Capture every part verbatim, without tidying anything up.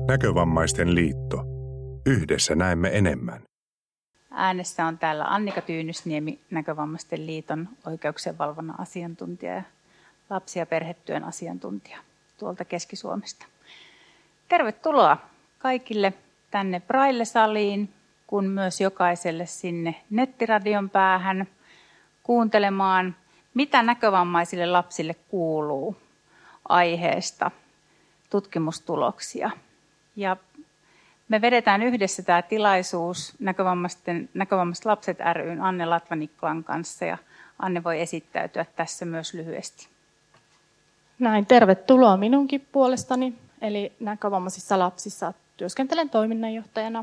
Näkövammaisten liitto. Yhdessä näemme enemmän. Äänessä on täällä Annika Tyynysniemi, Näkövammaisten liiton oikeuksien valvonnan asiantuntija ja lapsi- ja perhetyön asiantuntija tuolta Keski-Suomesta. Tervetuloa kaikille tänne Braille-saliin, kun myös jokaiselle sinne nettiradion päähän kuuntelemaan, mitä näkövammaisille lapsille kuuluu aiheesta tutkimustuloksia. Ja me vedetään yhdessä tämä tilaisuus Näkövammaisten, Näkövammaiset lapset ry:n Anne Latvanikkolan kanssa, ja Anne voi esittäytyä tässä myös lyhyesti. Näin, tervetuloa minunkin puolestani. Eli näkövammaisissa lapsissa työskentelen toiminnanjohtajana.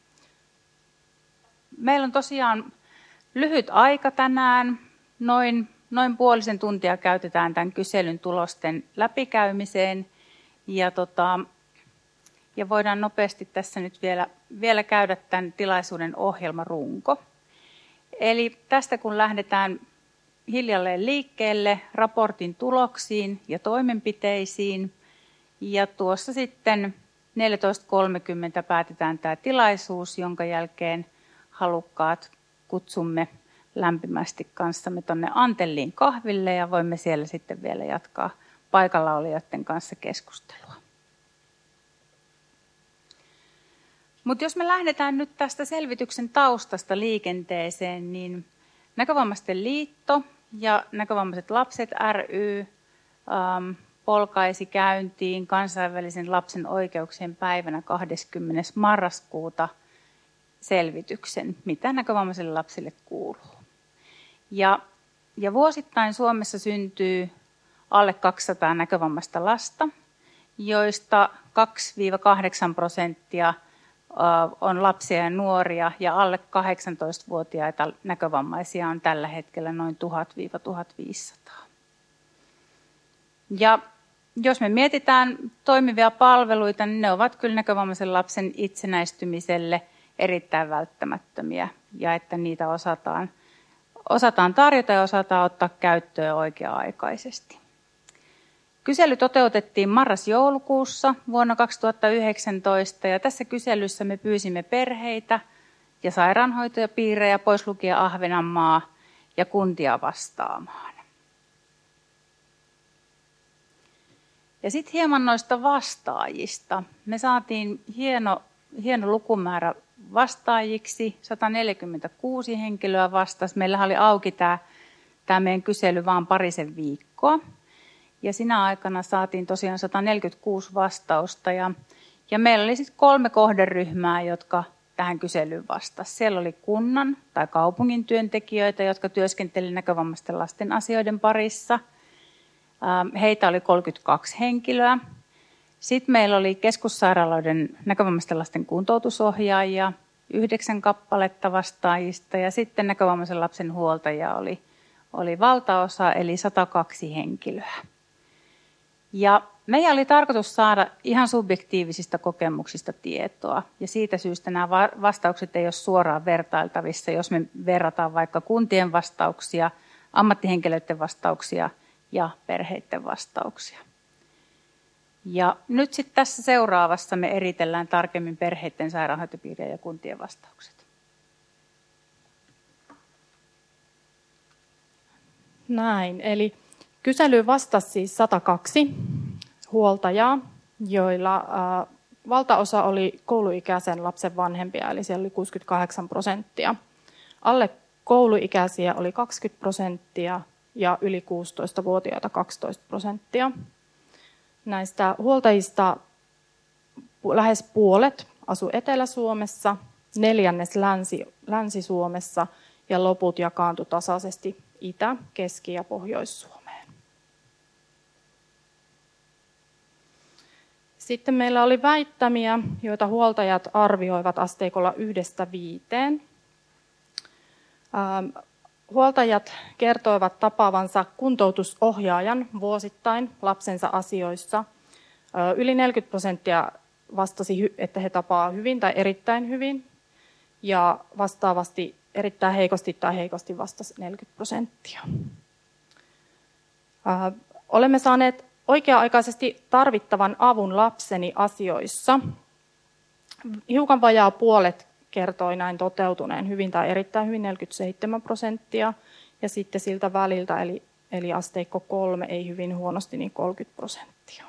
Meillä on tosiaan lyhyt aika tänään. Noin, noin puolisen tuntia käytetään tämän kyselyn tulosten läpikäymiseen. Ja, tota, ja voidaan nopeasti tässä nyt vielä, vielä käydä tämän tilaisuuden ohjelmarunko. Eli tästä kun lähdetään hiljalleen liikkeelle raportin tuloksiin ja toimenpiteisiin. Ja tuossa sitten neljätoista kolmekymmentä päätetään tämä tilaisuus, jonka jälkeen halukkaat kutsumme lämpimästi kanssamme tuonne Antelliin kahville ja voimme siellä sitten vielä jatkaa paikalla olijoiden kanssa keskustelua. Mutta jos me lähdetään nyt tästä selvityksen taustasta liikenteeseen, niin Näkövammaisten liitto ja Näkövammaiset lapset ry ähm, polkaisi käyntiin kansainvälisen lapsen oikeuksien päivänä kahdeskymmenes marraskuuta selvityksen, mitä näkövammaisille lapsille kuuluu. Ja, ja vuosittain Suomessa syntyy alle kaksisataa näkövammaista lasta, joista kaksi kahdeksan prosenttia on lapsia ja nuoria, ja alle kahdeksantoistavuotiaita näkövammaisia on tällä hetkellä noin tuhat tuhatviisisataa. Ja jos me mietitään toimivia palveluita, niin ne ovat kyllä näkövammaisen lapsen itsenäistymiselle erittäin välttämättömiä, ja että niitä osataan, osataan tarjota ja osataan ottaa käyttöön oikea-aikaisesti. Kysely toteutettiin marras-joulukuussa vuonna kaksituhattayhdeksäntoista, ja tässä kyselyssä me pyysimme perheitä ja sairaanhoitajapiirejä, pois lukien Ahvenanmaa, ja kuntia vastaamaan. Ja sitten hieman noista vastaajista. Me saatiin hieno, hieno lukumäärä vastaajiksi, sata neljäkymmentäkuusi henkilöä vastasi. Meillä oli auki tämä, tämä meidän kysely vain parisen viikkoa. Ja sinä aikana saatiin tosiaan sata neljäkymmentäkuusi vastausta. Ja, ja meillä oli sitten kolme kohderyhmää, jotka tähän kyselyyn vastasivat. Siellä oli kunnan tai kaupungin työntekijöitä, jotka työskentelivät näkövammaisten lasten asioiden parissa. Heitä oli kolmekymmentäkaksi henkilöä. Sitten meillä oli keskussairaaloiden näkövammaisten lasten kuntoutusohjaajia, yhdeksän kappaletta vastaajista, ja sitten näkövammaisen lapsen huoltajia oli, oli valtaosa, eli sata kaksi henkilöä. Ja meidän oli tarkoitus saada ihan subjektiivisista kokemuksista tietoa, ja siitä syystä nämä vastaukset ei ole suoraan vertailtavissa, jos me verrataan vaikka kuntien vastauksia, ammattihenkilöiden vastauksia ja perheiden vastauksia. Ja nyt sitten tässä seuraavassa me eritellään tarkemmin perheiden, sairaanhoitopiirien ja kuntien vastaukset. Näin, eli kyselyyn vastasi siis sata kaksi huoltajaa, joilla äh, valtaosa oli kouluikäisen lapsen vanhempia, eli siellä oli kuusikymmentäkahdeksan prosenttia. Alle kouluikäisiä oli kaksikymmentä prosenttia ja yli kuusitoistavuotiaita kaksitoista prosenttia. Näistä huoltajista lähes puolet asui Etelä-Suomessa, neljännes Länsi, Länsi-Suomessa ja loput jakaantui tasaisesti Itä-, Keski- ja Pohjois-Suomeen. Sitten meillä oli väittämiä, joita huoltajat arvioivat asteikolla yhdestä viiteen. Huoltajat kertoivat tapaavansa kuntoutusohjaajan vuosittain lapsensa asioissa. Yli neljäkymmentä prosenttia vastasi, että he tapaa hyvin tai erittäin hyvin. Ja vastaavasti erittäin heikosti tai heikosti vastasi neljäkymmentä prosenttia. Olemme saaneet oikea-aikaisesti tarvittavan avun lapseni asioissa Hiukan vajaa puolet kertoi näin toteutuneen hyvin tai erittäin hyvin, neljäkymmentäseitsemän prosenttia, ja sitten siltä väliltä, eli, eli asteikko kolme, ei hyvin huonosti, niin kolmekymmentä prosenttia.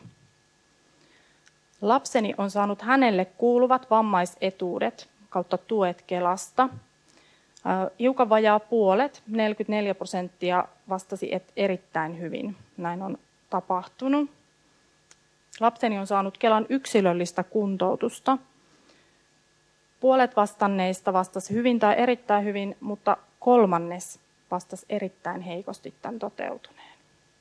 Lapseni on saanut hänelle kuuluvat vammaisetuudet kautta tuet Kelasta. Hiukan vajaa puolet, neljäkymmentäneljä prosenttia vastasi, että erittäin hyvin näin on tapahtunut. Lapseni on saanut Kelan yksilöllistä kuntoutusta. Puolet vastanneista vastasi hyvin tai erittäin hyvin, mutta kolmannes vastasi erittäin heikosti tämän toteutuneen.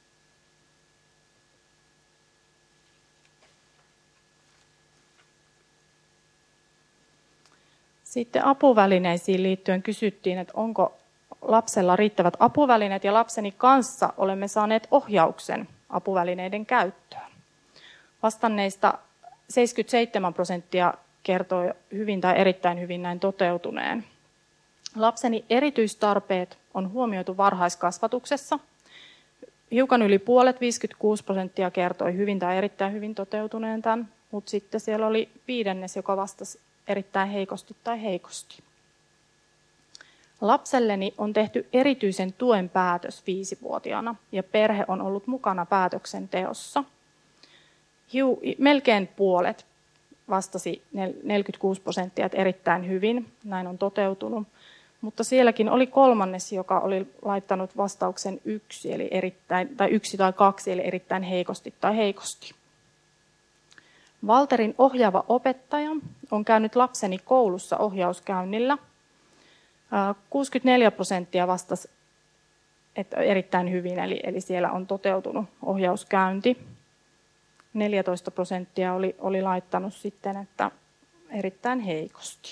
Sitten apuvälineisiin liittyen kysyttiin, että onko lapsella riittävät apuvälineet, ja lapseni kanssa olemme saaneet ohjauksen apuvälineiden käyttöön. Vastanneista seitsemänkymmentäseitsemän prosenttia kertoi hyvin tai erittäin hyvin näin toteutuneen. Lapseni erityistarpeet on huomioitu varhaiskasvatuksessa. Hiukan yli puolet, viisikymmentäkuusi prosenttia kertoi hyvin tai erittäin hyvin toteutuneen tämän, mutta sitten siellä oli viidennes, joka vastasi erittäin heikosti tai heikosti. Lapselleni on tehty erityisen tuen päätös viisivuotiaana ja perhe on ollut mukana päätöksenteossa. Hiu, melkein puolet vastasi neljäkymmentäkuusi prosenttia, että erittäin hyvin, näin on toteutunut. Mutta sielläkin oli kolmannes, joka oli laittanut vastauksen yksi, eli erittäin, tai yksi tai kaksi, eli erittäin heikosti tai heikosti. Valterin ohjaava opettaja on käynyt lapseni koulussa ohjauskäynnillä. kuusikymmentäneljä prosenttia vastasi että erittäin hyvin, eli, eli siellä on toteutunut ohjauskäynti. neljätoista prosenttia oli, oli laittanut sitten, että erittäin heikosti.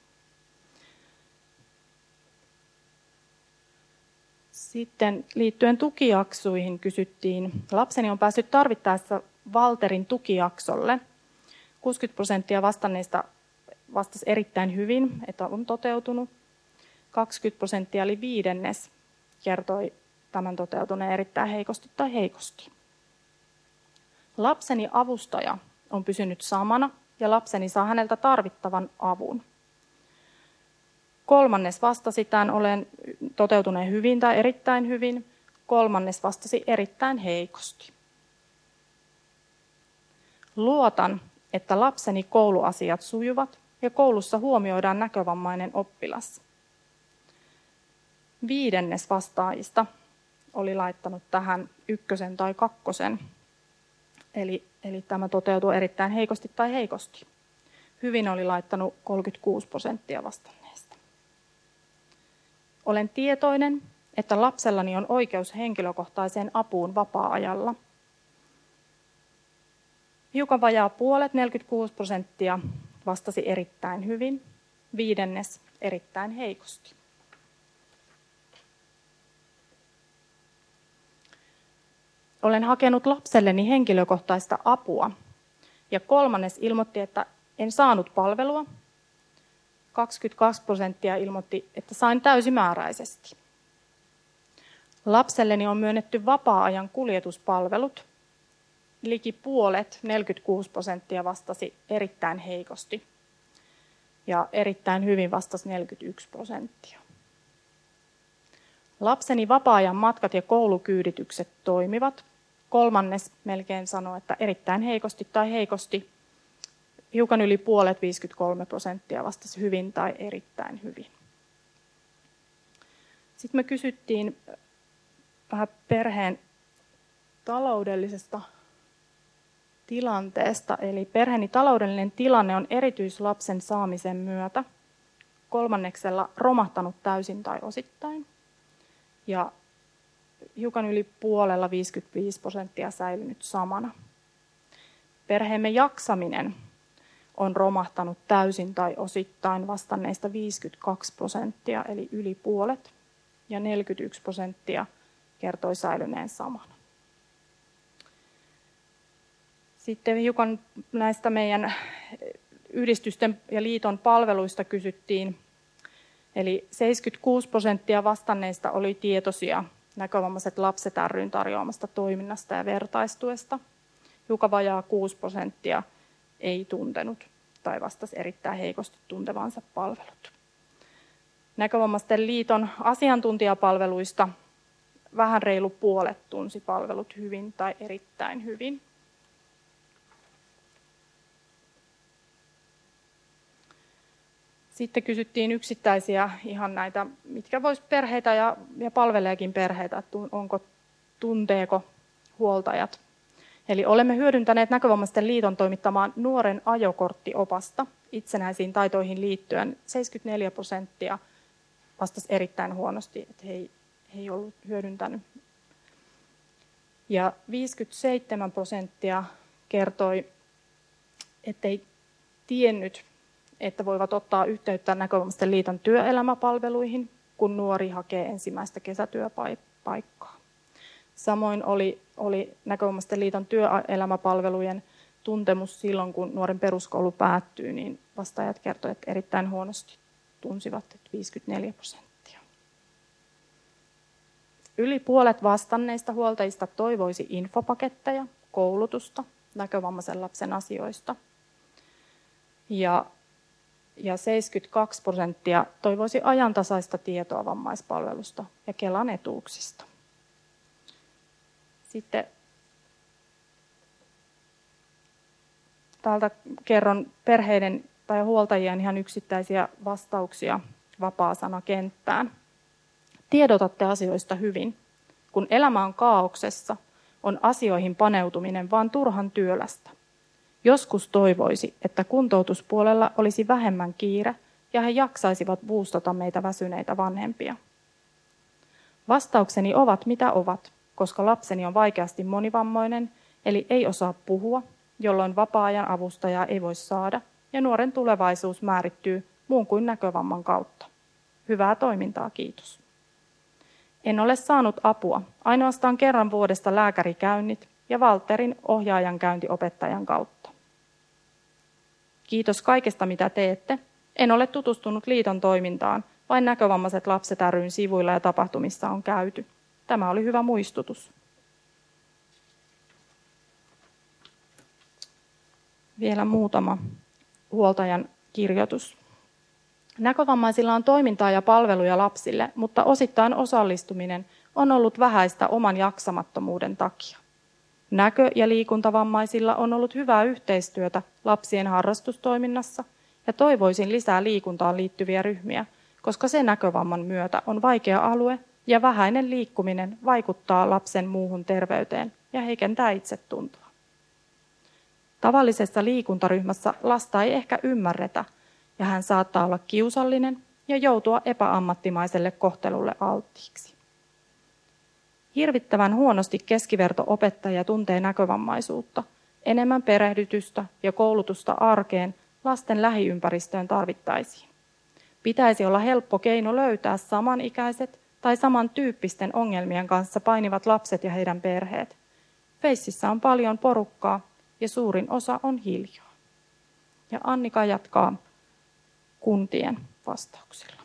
Sitten liittyen tukijaksoihin kysyttiin, lapseni on päässyt tarvittaessa Valterin tukijaksolle. kuusikymmentä prosenttia vastanneista vastasi erittäin hyvin, että on toteutunut. kaksikymmentä prosenttia eli viidennes kertoi tämän toteutuneen erittäin heikosti tai heikosti. Lapseni avustaja on pysynyt samana ja lapseni saa häneltä tarvittavan avun. Kolmannes vastasi tämän olen toteutuneen hyvin tai erittäin hyvin. Kolmannes vastasi erittäin heikosti. Luotan, että lapseni kouluasiat sujuvat ja koulussa huomioidaan näkövammainen oppilas. Viidennes vastaajista oli laittanut tähän ykkösen tai kakkosen. Eli, eli tämä toteutuu erittäin heikosti tai heikosti. Hyvin oli laittanut kolmekymmentäkuusi prosenttia vastanneista. Olen tietoinen, että lapsellani on oikeus henkilökohtaiseen apuun vapaa-ajalla. Hiukan vajaa puolet, neljäkymmentäkuusi prosenttia, vastasi erittäin hyvin, viidennes erittäin heikosti. Olen hakenut lapselleni henkilökohtaista apua ja kolmannes ilmoitti, että en saanut palvelua. kaksikymmentäkaksi prosenttia ilmoitti, että sain täysimääräisesti. Lapselleni on myönnetty vapaa-ajan kuljetuspalvelut. Liki puolet, neljäkymmentäkuusi prosenttia vastasi erittäin heikosti ja erittäin hyvin vastasi neljäkymmentäyksi prosenttia. Lapseni vapaa-ajan matkat ja koulukyyditykset toimivat. Kolmannes melkein sanoi, että erittäin heikosti tai heikosti. Hiukan yli puolet, viisikymmentäkolme prosenttia vastasi hyvin tai erittäin hyvin. Sitten me kysyttiin vähän perheen taloudellisesta tilanteesta. Eli perheeni taloudellinen tilanne on erityislapsen saamisen myötä kolmanneksella romahtanut täysin tai osittain. Ja hiukan yli puolella viisikymmentäviisi prosenttia säilynyt samana. Perheemme jaksaminen on romahtanut täysin tai osittain vastanneista viisikymmentäkaksi prosenttia, eli yli puolet, ja neljäkymmentäyksi prosenttia kertoi säilyneen samana. Sitten hiukan näistä meidän yhdistysten ja liiton palveluista kysyttiin. Eli seitsemänkymmentäkuusi prosenttia vastanneista oli tietoisia Näkövammaiset lapset ry:n tarjoamasta toiminnasta ja vertaistuesta. Hiukan vajaa kuusi prosenttia ei tuntenut tai vastasi erittäin heikosti tuntevansa palvelut. Näkövammaisten liiton asiantuntijapalveluista vähän reilu puolet tunsi palvelut hyvin tai erittäin hyvin. Sitten kysyttiin yksittäisiä ihan näitä, mitkä vois perheitä ja, ja palveleekin perheitä, että onko, tunteeko huoltajat. Eli olemme hyödyntäneet Näkövammaisten liiton toimittamaan nuoren ajokorttiopasta itsenäisiin taitoihin liittyen. seitsemänkymmentäneljä prosenttia vastasi erittäin huonosti, että he ei, he ei ollut hyödyntänyt. Ja viisikymmentäseitsemän prosenttia kertoi, ettei tiennyt, että voivat ottaa yhteyttä Näkövammaisten liiton työelämäpalveluihin, kun nuori hakee ensimmäistä kesätyöpaikkaa. Samoin oli, oli Näkövammaisten liiton työelämäpalvelujen tuntemus silloin, kun nuoren peruskoulu päättyy, niin vastaajat kertoivat, että erittäin huonosti tunsivat, että viisikymmentäneljä prosenttia. Yli puolet vastanneista huoltajista toivoisi infopaketteja, koulutusta näkövammaisen lapsen asioista. Ja Ja seitsemänkymmentäkaksi prosenttia toivoisi ajantasaista tietoa vammaispalvelusta ja Kelan etuuksista. Sitten täältä kerron perheiden tai huoltajien ihan yksittäisiä vastauksia vapaasanakenttään. Tiedotatte asioista hyvin. Kun elämä on kaauksessa, on asioihin paneutuminen vaan turhan työlästä. Joskus toivoisi, että kuntoutuspuolella olisi vähemmän kiire ja he jaksaisivat boostata meitä väsyneitä vanhempia. Vastaukseni ovat mitä ovat, koska lapseni on vaikeasti monivammoinen, eli ei osaa puhua, jolloin vapaa-ajan avustajaa ei voi saada, ja nuoren tulevaisuus määrittyy muun kuin näkövamman kautta. Hyvää toimintaa, kiitos. En ole saanut apua, ainoastaan kerran vuodesta lääkärikäynnit ja Valterin ohjaajan käynti opettajan kautta. Kiitos kaikesta, mitä teette. En ole tutustunut liiton toimintaan, vain Näkövammaiset lapset ry:n sivuilla ja tapahtumissa on käyty. Tämä oli hyvä muistutus. Vielä muutama huoltajan kirjoitus. Näkövammaisilla on toimintaa ja palveluja lapsille, mutta osittain osallistuminen on ollut vähäistä oman jaksamattomuuden takia. Näkö- ja liikuntavammaisilla on ollut hyvää yhteistyötä lapsien harrastustoiminnassa ja toivoisin lisää liikuntaan liittyviä ryhmiä, koska se näkövamman myötä on vaikea alue ja vähäinen liikkuminen vaikuttaa lapsen muuhun terveyteen ja heikentää itsetuntoa. Tavallisessa liikuntaryhmässä lasta ei ehkä ymmärretä ja hän saattaa olla kiusallinen ja joutua epäammattimaiselle kohtelulle alttiiksi. Hirvittävän huonosti keskiverto-opettaja tuntee näkövammaisuutta. Enemmän perehdytystä ja koulutusta arkeen lasten lähiympäristöön tarvittaisiin. Pitäisi olla helppo keino löytää samanikäiset tai samantyyppisten ongelmien kanssa painivat lapset ja heidän perheet. Feississä on paljon porukkaa ja suurin osa on hiljaa. Ja Annika jatkaa kuntien vastauksilla.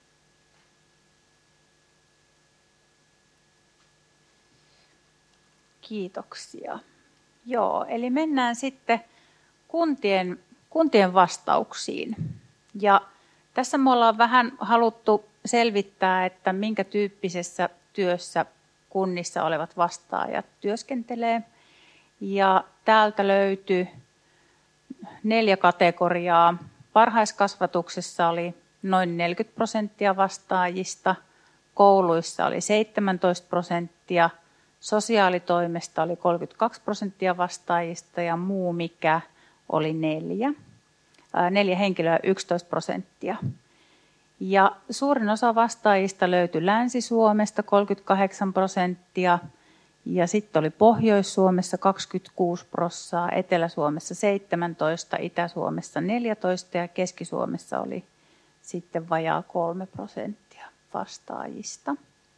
Kiitoksia. Joo, eli mennään sitten kuntien, kuntien vastauksiin. Ja tässä me ollaan vähän haluttu selvittää, että minkä tyyppisessä työssä kunnissa olevat vastaajat työskentelee. Ja täältä löytyi neljä kategoriaa. Varhaiskasvatuksessa oli noin neljäkymmentä prosenttia vastaajista, kouluissa oli seitsemäntoista prosenttia, sosiaalitoimesta oli kolmekymmentäkaksi prosenttia vastaajista ja muu mikä oli neljä. Neljä henkilöä yksitoista prosenttia. Ja suurin osa vastaajista löytyi Länsi-Suomesta kolmekymmentäkahdeksan prosenttia ja sitten oli Pohjois-Suomessa kaksikymmentäkuusi prosenttia, Etelä-Suomessa seitsemäntoista, Itä-Suomessa neljätoista ja Keski-Suomessa oli sitten vajaa kolme prosenttia vastaajista.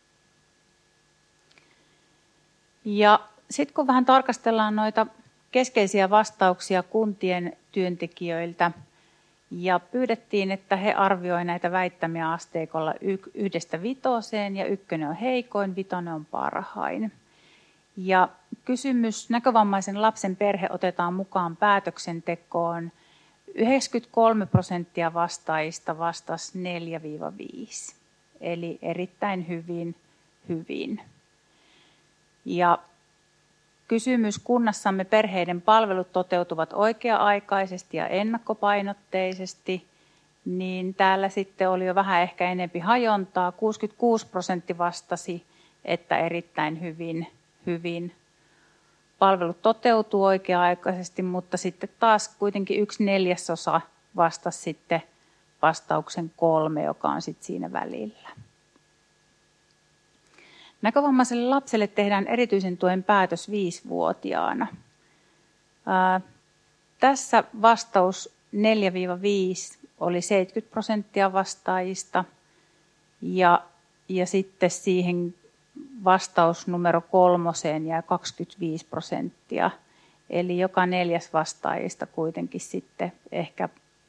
Ja sitten kun vähän tarkastellaan noita keskeisiä vastauksia kuntien työntekijöiltä ja pyydettiin, että he arvioivat näitä väittämiä asteikolla yhdestä vitoseen ja ykkönen on heikoin, vitonen on parhain. Ja kysymys näkövammaisen lapsen perhe otetaan mukaan päätöksentekoon yhdeksänkymmentäkolme prosenttia vastaajista vastasi neljä viisi, eli erittäin hyvin, hyvin. Ja kysymys: kunnassamme perheiden palvelut toteutuvat oikea-aikaisesti ja ennakkopainotteisesti, niin täällä sitten oli jo vähän ehkä enempi hajontaa. kuusikymmentäkuusi prosenttia vastasi, että erittäin hyvin, hyvin. Palvelut toteutuu oikea-aikaisesti, mutta sitten taas kuitenkin yksi neljäsosa vastasi sitten vastauksen kolme, joka on sitten siinä välillä. Näkövammaiselle lapselle tehdään erityisen tuen päätös viisivuotiaana. Ää, tässä vastaus neljä viisi oli seitsemänkymmentä prosenttia vastaajista ja, ja sitten siihen vastaus numero kolmoseen jää kaksikymmentäviisi prosenttia. Eli joka neljäs vastaajista kuitenkin sitten ehkä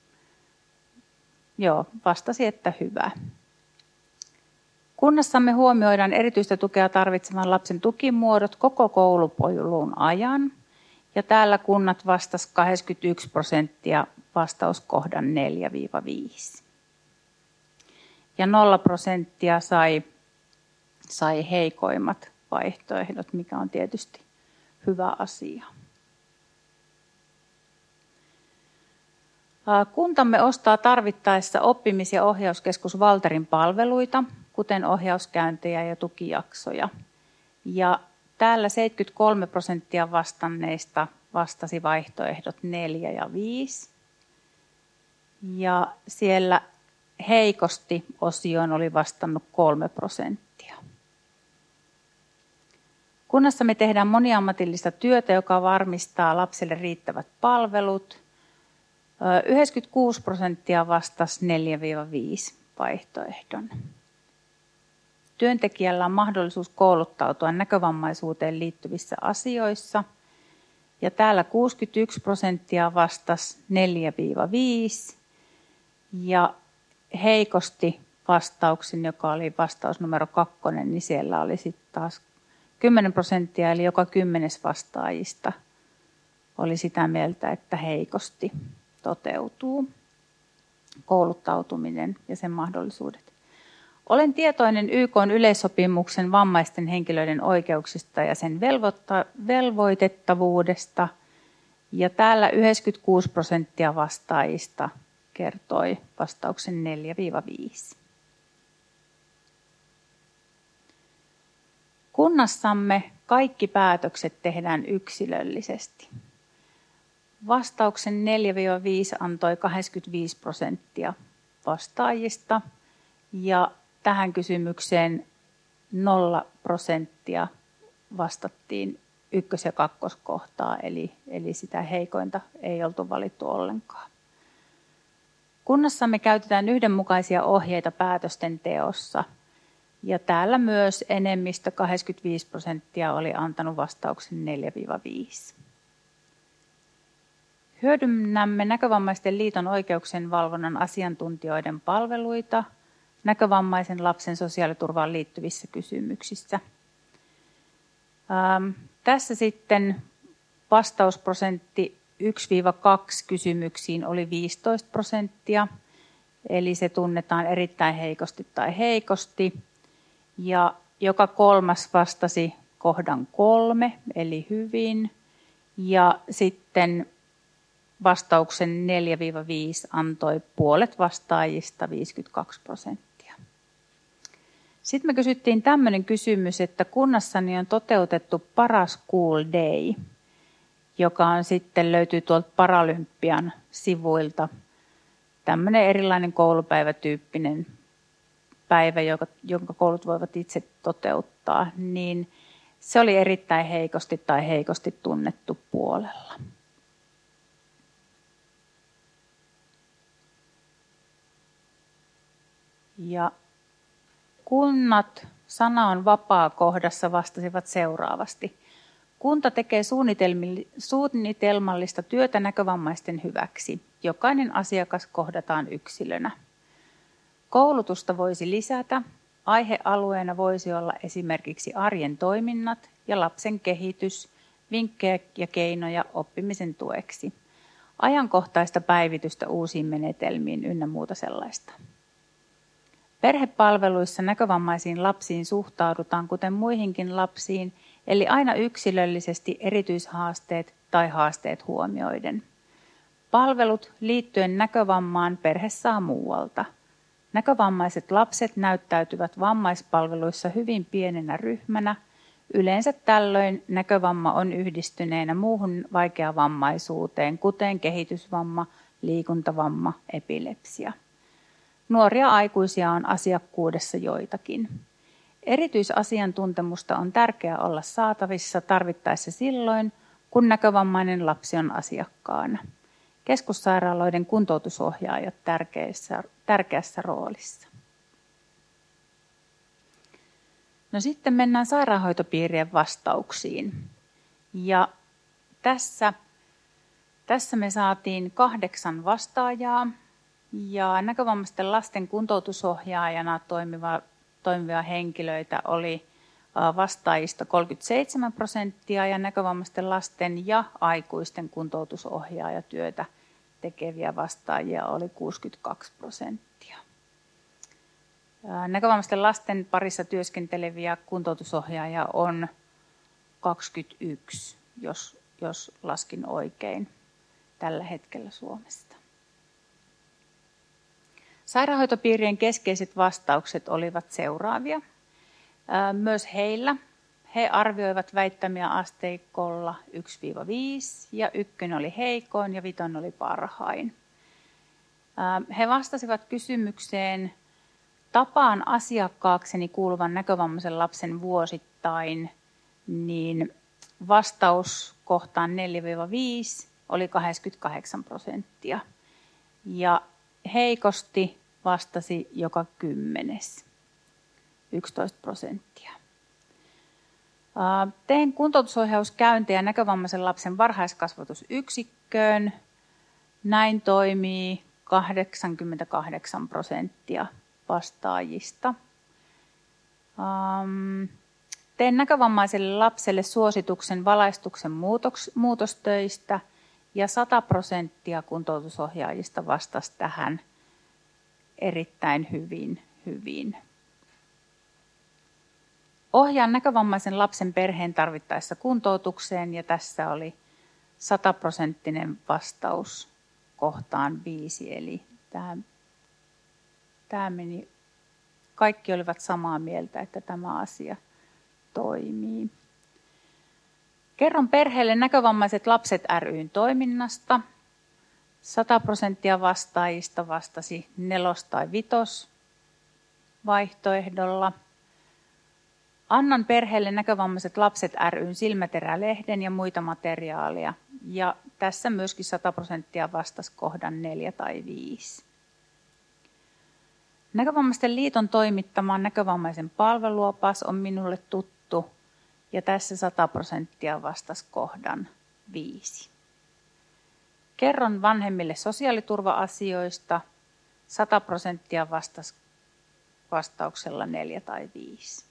joo, vastasi, että hyvä. Kunnassamme huomioidaan erityistä tukea tarvitsevan lapsen tukimuodot koko koulupolun ajan. Ja täällä kunnat vastasi kahdeksankymmentäyksi prosenttia vastauskohdan neljä viisi. Ja nolla prosenttia sai, sai heikoimmat vaihtoehdot, mikä on tietysti hyvä asia. Kuntamme ostaa tarvittaessa oppimis- ja ohjauskeskus Valterin palveluita, kuten ohjauskäyntejä ja tukijaksoja. Ja täällä seitsemänkymmentäkolme prosenttia vastanneista vastasi vaihtoehdot neljä ja viisi. Ja siellä heikosti osioon oli vastannut kolme prosenttia. Kunnassa me tehdään moniammatillista työtä, joka varmistaa lapselle riittävät palvelut. yhdeksänkymmentäkuusi prosenttia vastasi neljä viisi vaihtoehdon. Työntekijällä on mahdollisuus kouluttautua näkövammaisuuteen liittyvissä asioissa. Ja täällä kuusikymmentäyksi prosenttia vastasi neljä viisi ja heikosti vastauksen, joka oli vastaus numero kakkonen, niin siellä oli sitten taas kymmenen prosenttia, eli joka kymmenes vastaajista oli sitä mieltä, että heikosti toteutuu kouluttautuminen ja sen mahdollisuudet. Olen tietoinen Y K:n yleissopimuksen vammaisten henkilöiden oikeuksista ja sen velvoitettavuudesta. Ja täällä yhdeksänkymmentäkuusi prosenttia vastaajista kertoi vastauksen neljä viisi. Kunnassamme kaikki päätökset tehdään yksilöllisesti. Vastauksen neljä viisi antoi kahdeksankymmentäviisi prosenttia vastaajista ja tähän kysymykseen nolla prosenttia vastattiin ykkös- ja kakkoskohtaa, eli, eli sitä heikointa ei oltu valittu ollenkaan. Kunnassamme käytetään yhdenmukaisia ohjeita päätösten teossa, ja täällä myös enemmistö kahdeksankymmentäviisi prosenttia oli antanut vastauksen neljä viisi. Hyödynnämme Näkövammaisten liiton oikeuksien valvonnan asiantuntijoiden palveluita näkövammaisen lapsen sosiaaliturvaan liittyvissä kysymyksissä. Ähm, tässä sitten vastausprosentti yksi kaksi kysymyksiin oli viisitoista prosenttia, eli se tunnetaan erittäin heikosti tai heikosti. Ja joka kolmas vastasi kohdan kolme, eli hyvin. Ja sitten vastauksen neljä viisi antoi puolet vastaajista, viisikymmentäkaksi prosenttia. Sitten me kysyttiin tämmöinen kysymys, että kunnassani on toteutettu Paraschool Day, joka on sitten löytyy tuolta Paralympian sivuilta. Tämmöinen erilainen koulupäivätyyppinen päivä, jonka koulut voivat itse toteuttaa, niin se oli erittäin heikosti tai heikosti tunnettu puolella. Ja kunnat, sana on vapaa kohdassa, vastasivat seuraavasti. Kunta tekee suunnitelmallista työtä näkövammaisten hyväksi. Jokainen asiakas kohdataan yksilönä. Koulutusta voisi lisätä. Aihealueena voisi olla esimerkiksi arjen toiminnat ja lapsen kehitys, vinkkejä ja keinoja oppimisen tueksi. ajankohtaista päivitystä uusiin menetelmiin ynnä muuta sellaista. Perhepalveluissa näkövammaisiin lapsiin suhtaudutaan kuten muihinkin lapsiin, eli aina yksilöllisesti erityishaasteet tai haasteet huomioiden. Palvelut liittyen näkövammaan perhe saa muualta. Näkövammaiset lapset näyttäytyvät vammaispalveluissa hyvin pienenä ryhmänä. Yleensä tällöin näkövamma on yhdistyneenä muuhun vaikeavammaisuuteen, kuten kehitysvamma, liikuntavamma, epilepsia. Nuoria aikuisia on asiakkuudessa joitakin. Erityisasiantuntemusta on tärkeää olla saatavissa tarvittaessa silloin, kun näkövammainen lapsi on asiakkaana. Keskussairaaloiden kuntoutusohjaajat tärkeässä, tärkeässä roolissa. No sitten mennään sairaanhoitopiirien vastauksiin. Ja tässä, tässä me saatiin kahdeksan vastaajaa. Ja näkövammaisten lasten kuntoutusohjaajana toimiva, toimivia henkilöitä oli vastaajista kolmekymmentäseitsemän prosenttia ja näkövammaisten lasten ja aikuisten kuntoutusohjaajatyötä tekeviä vastaajia oli kuusikymmentäkaksi prosenttia. Näkövammaisten lasten parissa työskenteleviä kuntoutusohjaajia on kaksikymmentäyksi, jos, jos laskin oikein tällä hetkellä Suomesta. Sairaanhoitopiirien keskeiset vastaukset olivat seuraavia. Myös heillä. He arvioivat väittämiä asteikolla yksi viisi ja ykkönen oli heikoin ja vitonen oli parhain. He vastasivat kysymykseen tapaan asiakkaakseni kuuluvan näkövammaisen lapsen vuosittain, niin vastaus kohtaan neljä viisi oli kahdeksankymmentäkahdeksan prosenttia ja heikosti vastasi joka kymmenes, yksitoista prosenttia. Tein kuntoutusohjauskäyntejä näkövammaisen lapsen varhaiskasvatusyksikköön. Näin toimii kahdeksankymmentäkahdeksan prosenttia vastaajista. Tein näkövammaiselle lapselle suosituksen valaistuksen muutostöistä ja sata prosenttia kuntoutusohjaajista vastasi tähän erittäin hyvin, hyvin. Ohjaan näkövammaisen lapsen perheen tarvittaessa kuntoutukseen ja tässä oli sataprosenttinen vastaus kohtaan viisi. Eli tämä, tämä meni, kaikki olivat samaa mieltä, että tämä asia toimii. Kerron perheelle näkövammaiset lapset ry:n toiminnasta. sata prosenttia vastaajista vastasi nelos- tai vitos vaihtoehdolla. Annan perheelle näkövammaiset lapset ry:n silmäterälehden ja muita materiaaleja. Ja tässä myöskin sata prosenttia vastasi kohdan neljä tai viisi. Näkövammaisten liiton toimittama näkövammaisen palveluopas on minulle tuttu. Ja tässä sata prosenttia vastasi kohdan viisi. Kerron vanhemmille sosiaaliturva-asioista. sata prosenttia vastasi vastauksella neljä tai viisi.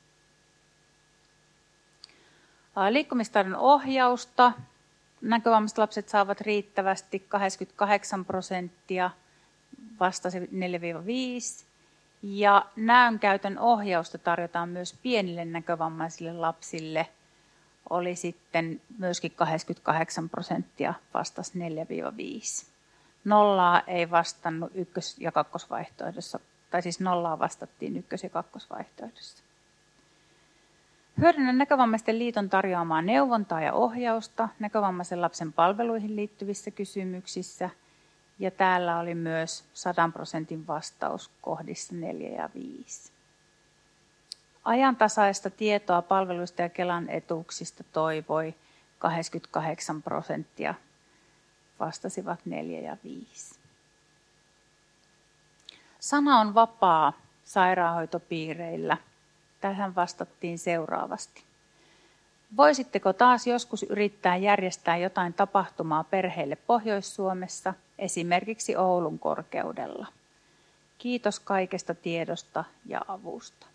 Liikkumistaidon ohjausta. Näkövammaiset lapset saavat riittävästi. kahdeksankymmentäkahdeksan prosenttia vastasi neljä viisi. Ja näönkäytön ohjausta tarjotaan myös pienille näkövammaisille lapsille. Oli sitten myöskin kahdeksankymmentäkahdeksan prosenttia vastasi neljä viisi. Nollaa ei vastannut ykkös- ja kakkosvaihtoehdossa, tai siis nollaa vastattiin ykkös- ja kakkosvaihtoehdossa. Hyödynnän Näkövammaisten liiton tarjoamaa neuvontaa ja ohjausta näkövammaisen lapsen palveluihin liittyvissä kysymyksissä. Ja täällä oli myös sadan prosentin vastaus kohdissa neljä ja viisi. Ajantasaista tietoa palveluista ja Kelan etuuksista toivoi kahdeksankymmentäkahdeksan prosenttia, vastasivat neljä ja viisi. Sana on vapaa sairaanhoitopiireillä. Tähän vastattiin seuraavasti. Voisitteko taas joskus yrittää järjestää jotain tapahtumaa perheille Pohjois-Suomessa, esimerkiksi Oulun korkeudella? Kiitos kaikesta tiedosta ja avusta.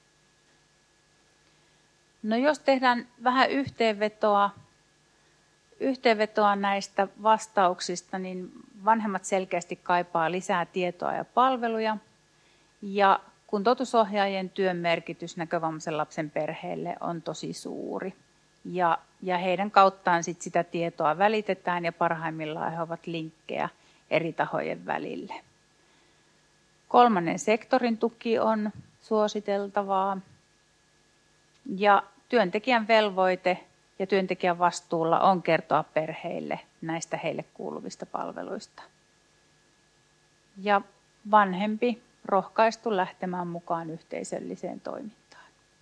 No jos tehdään vähän yhteenvetoa yhteenvetoa näistä vastauksista, niin vanhemmat selkeästi kaipaa lisää tietoa ja palveluja. Ja kuntoutusohjaajien työn merkitys näkövammaisen lapsen perheelle on tosi suuri. Ja, ja heidän kauttaan sit sitä tietoa välitetään ja parhaimmillaan he ovat linkkejä eri tahojen välille. Kolmannen sektorin tuki on suositeltavaa ja työntekijän velvoite ja työntekijän vastuulla on kertoa perheille näistä heille kuuluvista palveluista. Ja vanhempi rohkaistu lähtemään mukaan yhteisölliseen toimintaan.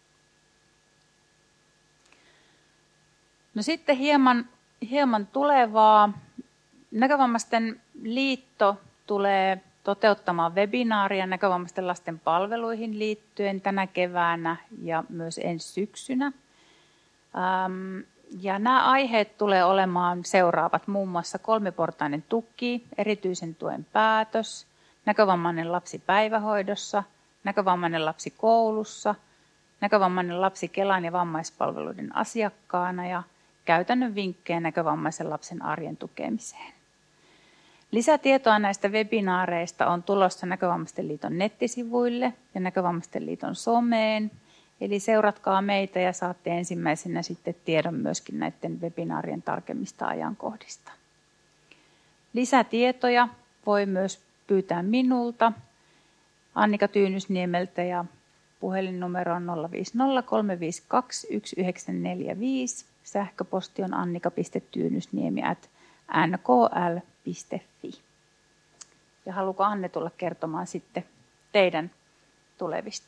No sitten hieman, hieman tulevaa. Näkövammaisten liitto tulee toteuttamaan webinaaria näkövammaisten lasten palveluihin liittyen tänä keväänä ja myös ensi syksynä. Ähm, ja nämä aiheet tulee olemaan seuraavat, muun muassa kolmiportainen tuki, erityisen tuen päätös, näkövammainen lapsi päivähoidossa, näkövammainen lapsi koulussa, näkövammainen lapsi Kelan ja vammaispalveluiden asiakkaana ja käytännön vinkkejä näkövammaisen lapsen arjen tukemiseen. Lisätietoa näistä webinaareista on tulossa Näkövammaisten liiton nettisivuille ja Näkövammaisten liiton someen. Eli seuratkaa meitä ja saatte ensimmäisenä sitten tiedon myöskin näiden webinaarien tarkemmista ajankohdista. Lisätietoja voi myös pyytää minulta, Annika Tyynysniemeltä, ja puhelinnumero on nolla viisi nolla kolme viisi kaksi yksi yhdeksän neljä viisi. Sähköposti on annika piste tyynysniemi ät n k l piste f i. Ja haluuko Anne tulla kertomaan sitten teidän tulevista?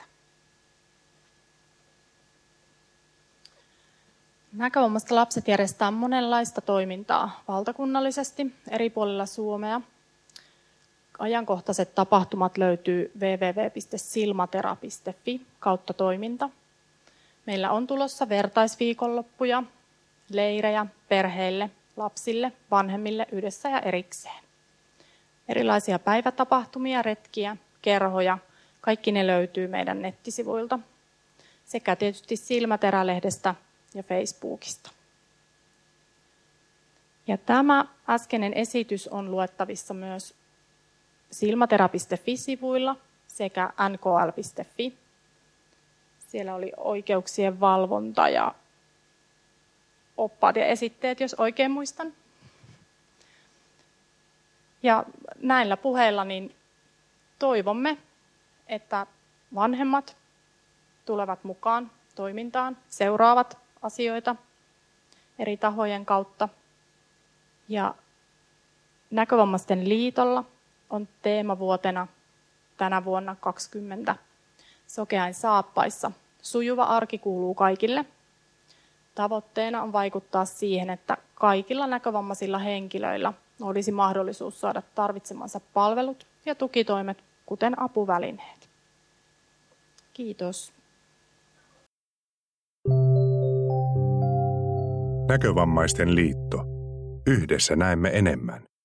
Näkövammaiset lapset järjestää monenlaista toimintaa valtakunnallisesti eri puolilla Suomea. Ajankohtaiset tapahtumat löytyy double-u double-u double-u piste silmatera piste f i kautta toiminta. Meillä on tulossa vertaisviikonloppuja, leirejä perheille, lapsille, vanhemmille yhdessä ja erikseen. Erilaisia päivätapahtumia, retkiä, kerhoja, kaikki ne löytyy meidän nettisivuilta sekä tietysti Silmäterä-lehdestä ja Facebookista. Ja tämä äskeinen esitys on luettavissa myös silmatera piste f i-sivuilla sekä n k l piste f i. Siellä oli oikeuksien valvonta ja oppaat ja esitteet, jos oikein muistan. Ja näillä puheilla niin toivomme, että vanhemmat tulevat mukaan toimintaan, seuraavat asioita eri tahojen kautta. Ja Näkövammaisten liitolla on teemavuotena tänä vuonna kaksikymmentä Sokeain saappaissa. Sujuva arki kuuluu kaikille. Tavoitteena on vaikuttaa siihen, että kaikilla näkövammaisilla henkilöillä olisi mahdollisuus saada tarvitsemansa palvelut ja tukitoimet, kuten apuvälineet. Kiitos. Näkövammaisten liitto. Yhdessä näemme enemmän.